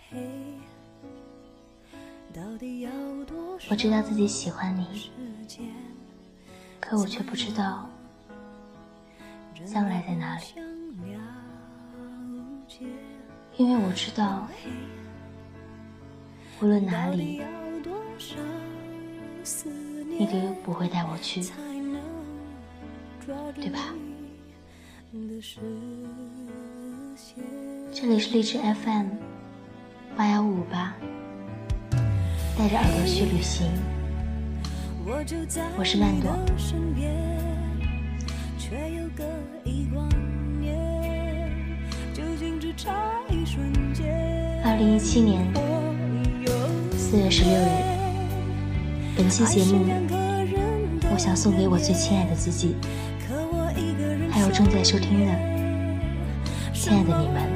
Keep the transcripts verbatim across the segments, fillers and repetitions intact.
我知道自己喜欢你，可我却不知道将来在哪里。因为我知道无论哪里你都不会带我去，对吧？这里是荔枝 F M 八幺五五八，带着耳朵去旅行，我是曼朵。二零一七年四月十六日，本期节目我想送给我最亲爱的自己，还有正在收听的亲爱的你们。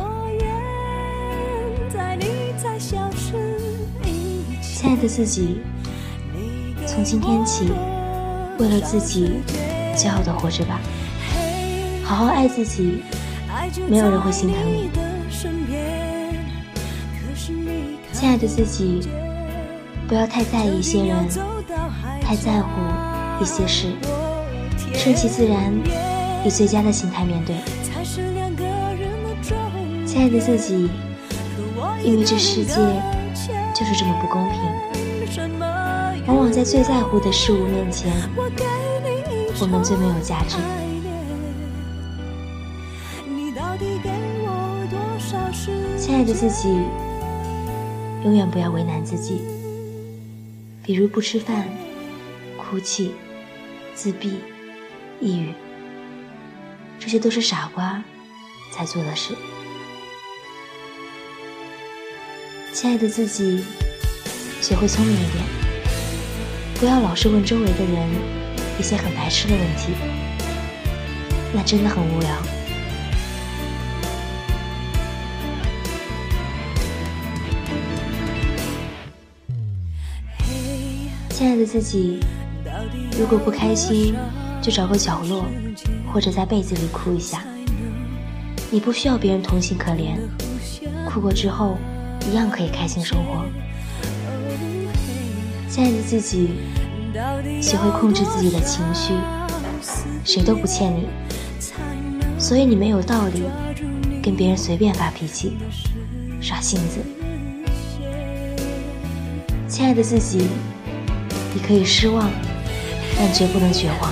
亲爱的自己，从今天起，为了自己骄傲地活着吧，好好爱自己，没有人会心疼你。亲爱的自己，不要太在意一些人，太在乎一些事，顺其自然，以最佳的心态面对。亲爱的自己，因为这世界就是这么不公平，往往在最在乎的事物面前，我们最没有价值。亲爱的自己，永远不要为难自己，比如不吃饭、哭泣、自闭、抑郁，这些都是傻瓜才做的事。亲爱的自己，学会聪明一点，不要老是问周围的人一些很白痴的问题，那真的很无聊。亲爱的自己，如果不开心，就找个角落，或者在被子里哭一下。你不需要别人同情可怜，哭过之后一样可以开心生活。亲爱的自己，学会控制自己的情绪，谁都不欠你，所以你没有道理跟别人随便发脾气、耍性子。亲爱的自己，你可以失望，但绝不能绝望。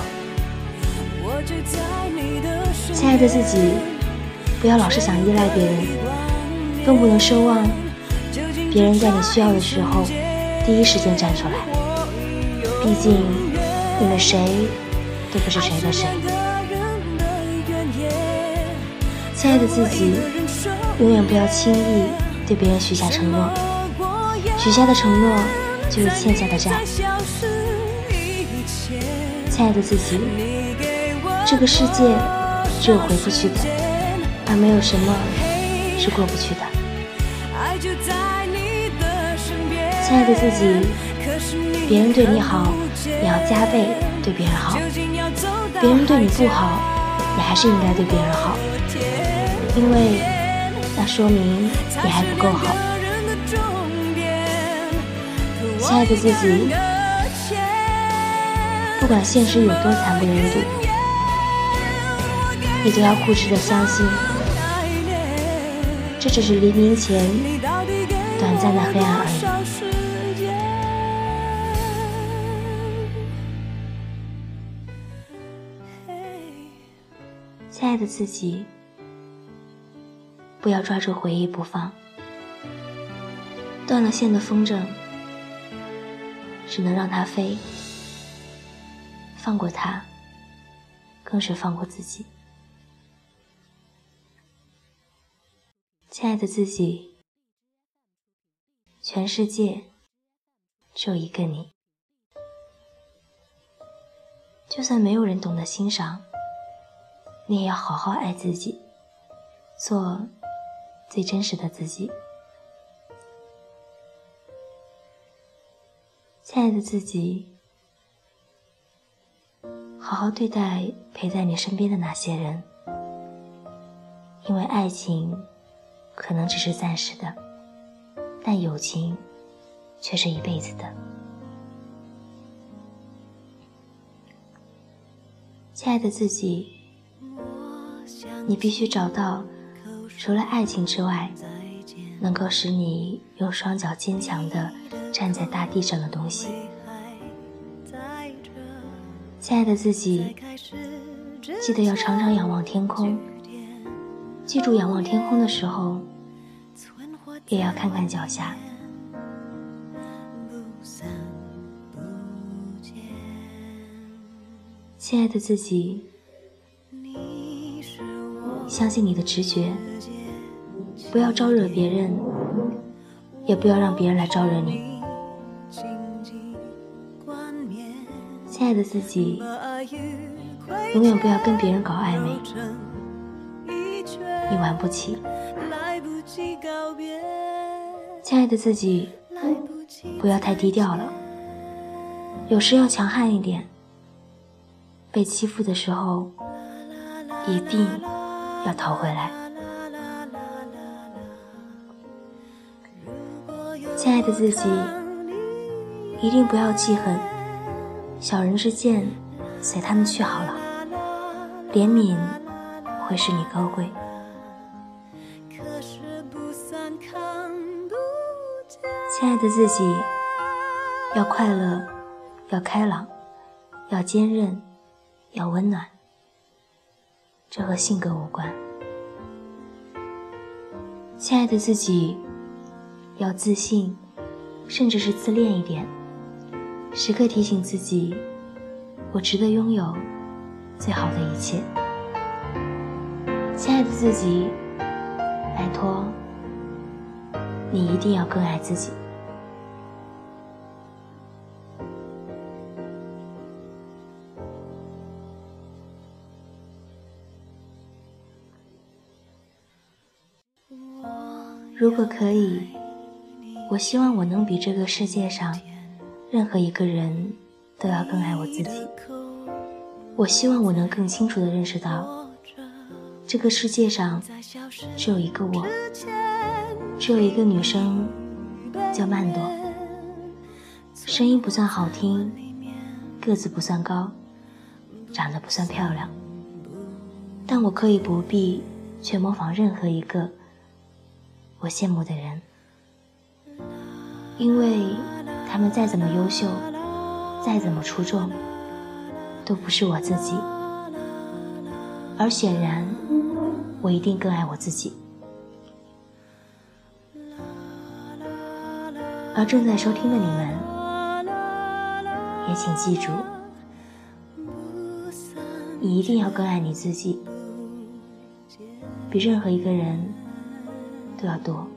亲爱的自己，不要老是想依赖别人，更不能奢望别人在你需要的时候第一时间站出来。毕竟你们谁都不是谁的谁。亲爱的自己，永远不要轻易对别人许下承诺，许下的承诺就是欠下的债。亲爱的自己，这个世界只有回不去的，而没有什么是过不去的。亲爱的自己，别人对你好，你要加倍对别人好；别人对你不好，你还是应该对别人好，因为那说明你还不够好。亲爱的自己，不管现实有多惨不忍睹，你都要固执地相信，这只是黎明前短暂的黑暗而已。亲爱的自己，不要抓住回忆不放，断了线的风筝只能让它飞，放过它更是放过自己。亲爱的自己，全世界只有一个你，就算没有人懂得欣赏，你也要好好爱自己，做最真实的自己。亲爱的自己，好好对待陪在你身边的那些人，因为爱情可能只是暂时的， 但友情却是一辈子的。亲爱的自己，你必须找到除了爱情之外能够使你用双脚坚强地站在大地上的东西。亲爱的自己，记得要常常仰望天空，记住仰望天空的时候也要看看脚下。亲爱的自己，相信你的直觉，不要招惹别人，也不要让别人来招惹你。亲爱的自己，永远不要跟别人搞暧昧，你玩不起。亲爱的自己，不要太低调了，有时要强悍一点，被欺负的时候一定要讨回来。亲爱的自己，一定不要记恨，小人之见随他们去好了，怜悯会使你高贵。亲爱的自己，要快乐，要开朗，要坚韧，要温暖，这和性格无关。亲爱的自己，要自信，甚至是自恋一点，时刻提醒自己，我值得拥有最好的一切。亲爱的自己，拜托，你一定要更爱自己。如果可以，我希望我能比这个世界上任何一个人都要更爱我自己。我希望我能更清楚地认识到，这个世界上只有一个我，只有一个女生叫曼朵，声音不算好听，个子不算高，长得不算漂亮，但我可以不必去模仿任何一个我羡慕的人，因为他们再怎么优秀，再怎么出众，都不是我自己。而显然，我一定更爱我自己。而正在收听的你们，也请记住，你一定要更爱你自己，比任何一个人都要多。